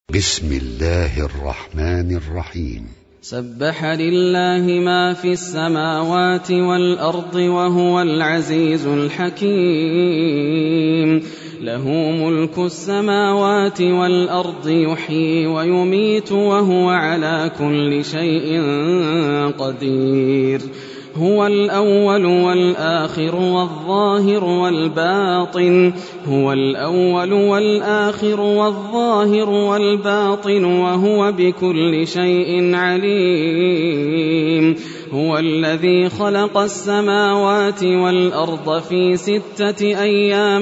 بسم الله الرحمن الرحيم. سبح لله ما في السماوات والأرض وهو العزيز الحكيم. له ملك السماوات والأرض يحيي ويميت وهو على كل شيء قدير. هو الأول والآخر والظاهر والباطن. هو الأول والآخر والظاهر والباطن وهو بكل شيء عليم. هو الذي خلق السماوات والأرض في 6 أيام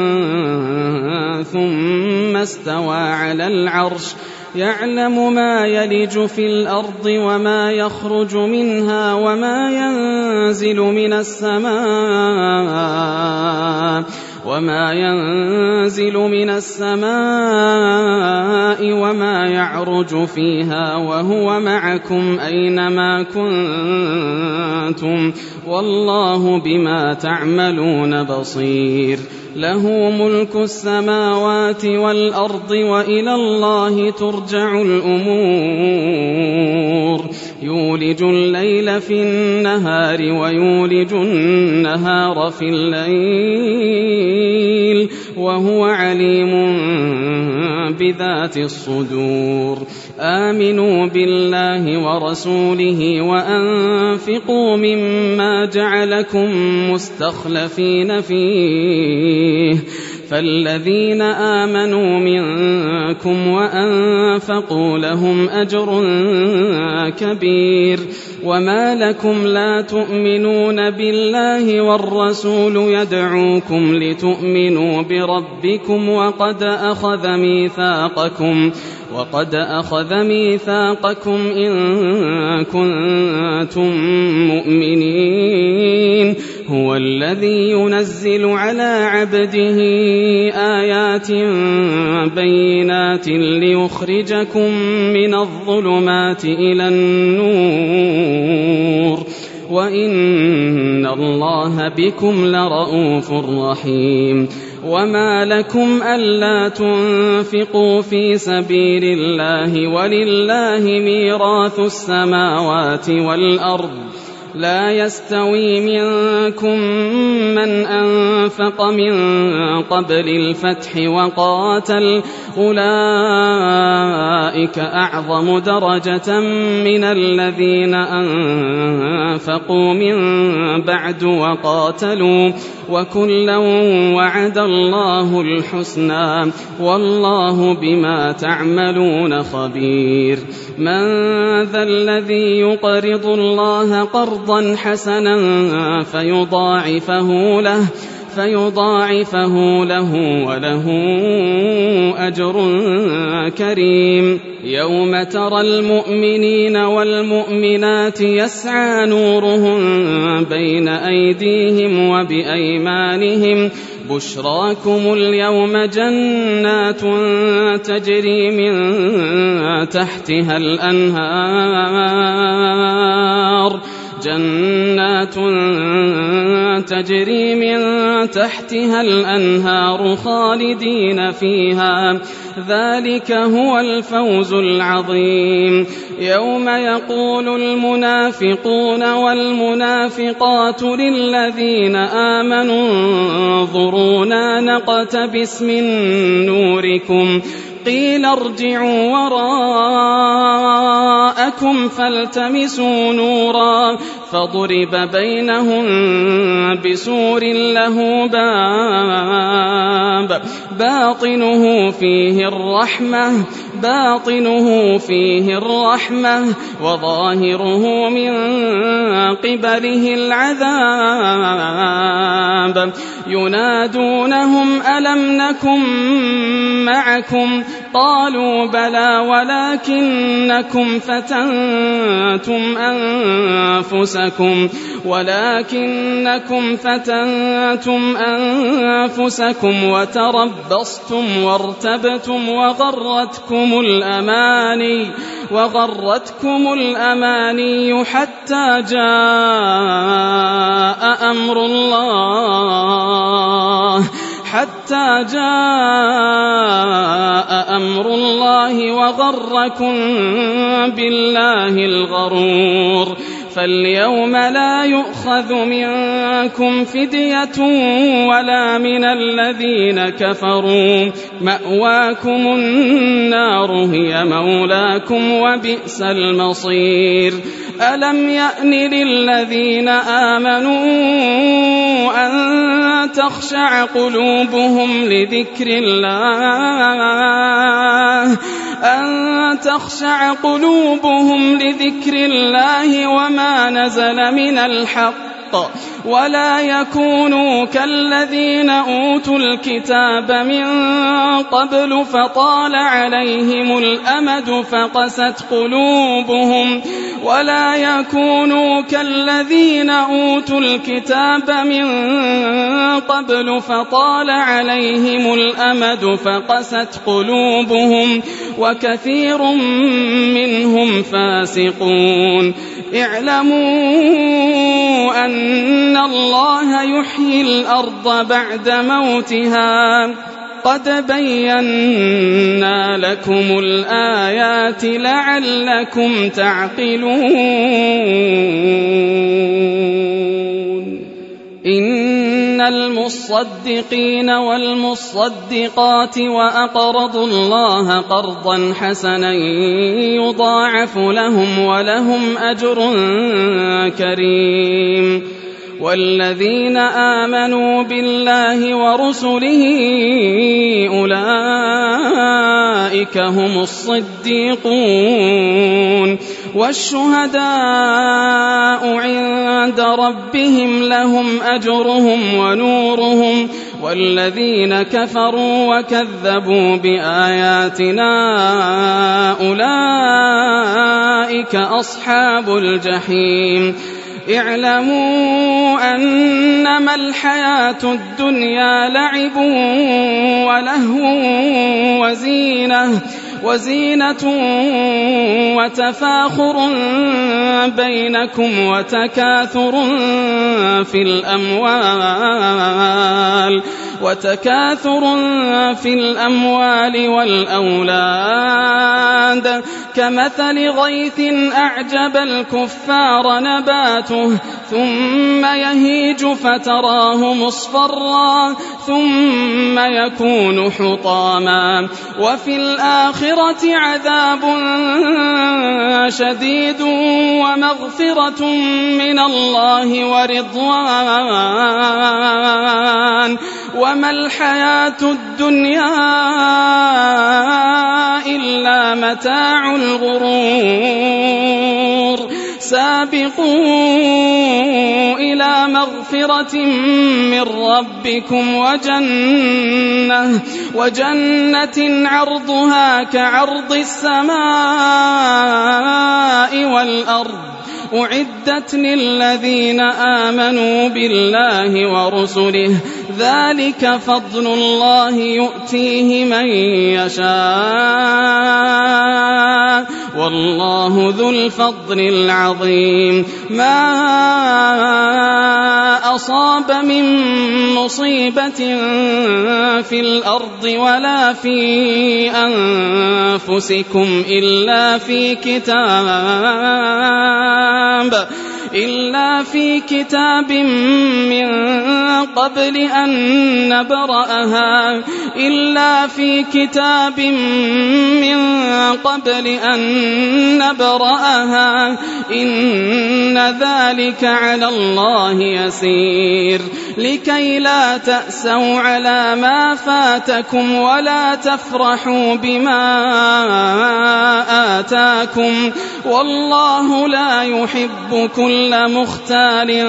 ثم استوى على العرش يعلم ما يلج في الأرض وما يخرج منها وما ينزل من السماء وما يعرج فيها وهو معكم أينما كنتم والله بما تعملون بصير. له ملك السماوات والأرض وإلى الله ترجع الأمور. يولج الليل في النهار ويولج النهار في الليل وهو عليم بذات الصدور. آمنوا بالله ورسوله وأنفقوا مما جعلكم مستخلفين فيه. فالذين آمنوا منكم وأنفقوا لهم أجر كبير. وما لكم لا تؤمنون بالله والرسول يدعوكم لتؤمنوا بربكم وقد أخذ ميثاقكم إن كنتم مؤمنين. هو الذي ينزل على عبده آيات بينات ليخرجكم من الظلمات إلى النور وإن الله بكم لرءوف رحيم. وما لكم ألا تنفقوا في سبيل الله ولله ميراث السماوات والأرض. لا يستوي منكم من أنفق من قبل الفتح وقاتل أولئك أعظم درجة من الذين أنفقوا من بعد وقاتلوا وكلا وعد الله الحسنى والله بما تعملون خبير. من ذا الذي يقرض الله قرضا حسنا فيضاعفه له وله أجر كريم. يوم ترى المؤمنين والمؤمنات يسعى نورهم بين أيديهم وبأيمانهم بشراكم اليوم جنات تجري من تحتها الأنهار خالدين فيها ذلك هو الفوز العظيم. يوم يقول المنافقون والمنافقات للذين آمنوا انظرونا نقتبس من نوركم قيل ارجعوا وراءكم فالتمسوا نورا فضرب بينهم بسور له باب باطنه فيه الرحمة وظاهره من قبله العذاب. ينادونهم ألم نكن معكم قالوا بلى ولكنكم فتنتم أنفسكم وتربصتم وارتبتم وغرتكم الأماني حتى جاء أمر الله حتى جاء أمر الله وغركم بالله الغرور. فاليوم لا يؤخذ منكم فدية ولا من الذين كفروا، مأواكم النار هي مولاكم وبئس المصير. ألم يأن للذين آمنوا أن تخشع قلوبهم لذكر الله وما نزل من الحق ولا يكونوا كالذين أوتوا الكتاب من قبل فطال عليهم الأمد فقست قلوبهم وكثير منهم فاسقون. اعلموا أن الله يحيي الأرض بعد موتها، قد بينا لكم الآيات لعلكم تعقلون. إن المصدقين والمصدقات وأقرضوا الله قرضا حسنا يضاعف لهم ولهم أجر كريم. والذين آمنوا بالله ورسله أولئك هم الصديقون والشهداء عند ربهم لهم أجرهم ونورهم. والذين كفروا وكذبوا بآياتنا أولئك أصحاب الجحيم. اعلموا أنما الحياة الدنيا لعب ولهو وزينة وتفاخر بينكم وتكاثر في الأموال والأولاد كمثل غيث أعجب الكفار نباته ثم يهيج فتراه مصفرا ثم يكون حطاما وفي الآخرة عذاب شديد ومغفرة من الله ورضوان وما الحياة الدنيا إلا متاع الغرور. سابقوا إلى مغفرة من ربكم وجنة عرضها كعرض السماء والأرض أعدت للذين آمنوا بالله ورسله ذلك فضل الله يؤتيه من يشاء والله ذو الفضل العظيم. ما أصاب من مصيبة في الأرض ولا في أنفسكم إلا في كتاب من قبل أن نبرأها إن ذلك على الله يسير. لكي لا تأسوا على ما فاتكم ولا تفرحوا بما آتاكم والله لا يحب كل مختال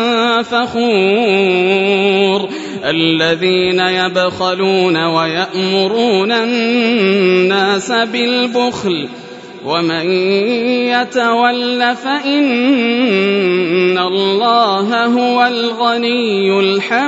فخور. الذين يبخلون ويأمرون الناس بالبخل ومن يتول فإن الله هو الغني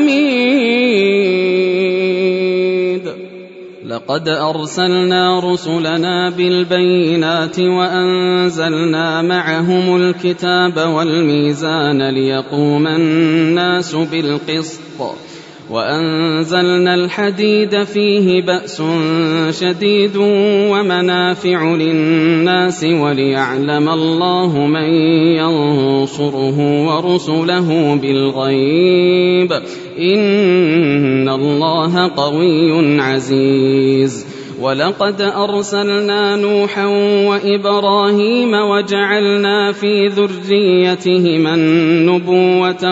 الحميد. لقد أرسلنا رسلنا بالبينات وأنزلنا معهم الكتاب والميزان ليقوم الناس بالقسط وأنزلنا الحديد فيه بأس شديد ومنافع للناس وليعلم الله من ينصره ورسله بالغيب إن الله قوي عزيز ولقد أرسلنا نوحا وإبراهيم وجعلنا في ذريتهما النبوة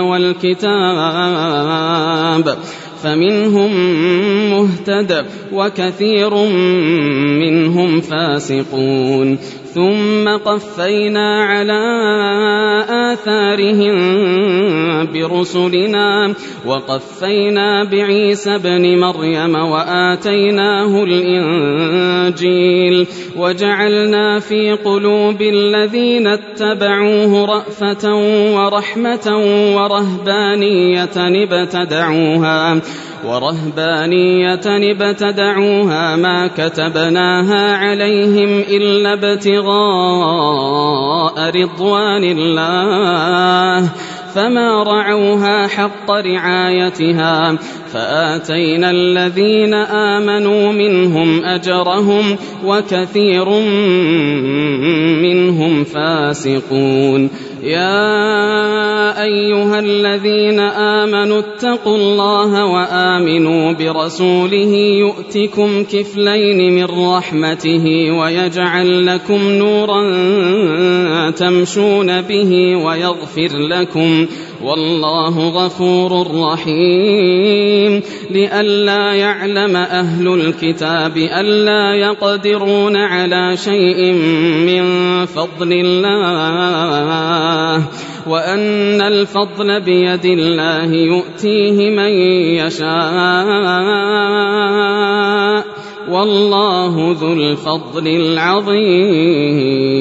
والكتاب فمنهم مهتد وكثير منهم فاسقون ثم قفينا على آثارهم برسلنا وقفينا بعيسى ابن مريم وآتيناه الإنجيل وجعلنا في قلوب الذين اتبعوه رأفة ورحمة ورهبانية ابتدعوها ما كتبناها عليهم إلا ابتغاء رضوان الله فما رعوها حق رعايتها فآتينا الذين آمنوا منهم أجرهم وكثير منهم فاسقون يا أيها الذين آمنوا اتقوا الله وآمنوا برسوله يؤتكم كفلين من رحمته ويجعل لكم نورا تمشون به ويغفر لكم والله غفور رحيم لئلا يعلم أهل الكتاب ألا يقدرون على شيء من فضل الله وأن الفضل بيد الله يؤتيه من يشاء والله ذو الفضل العظيم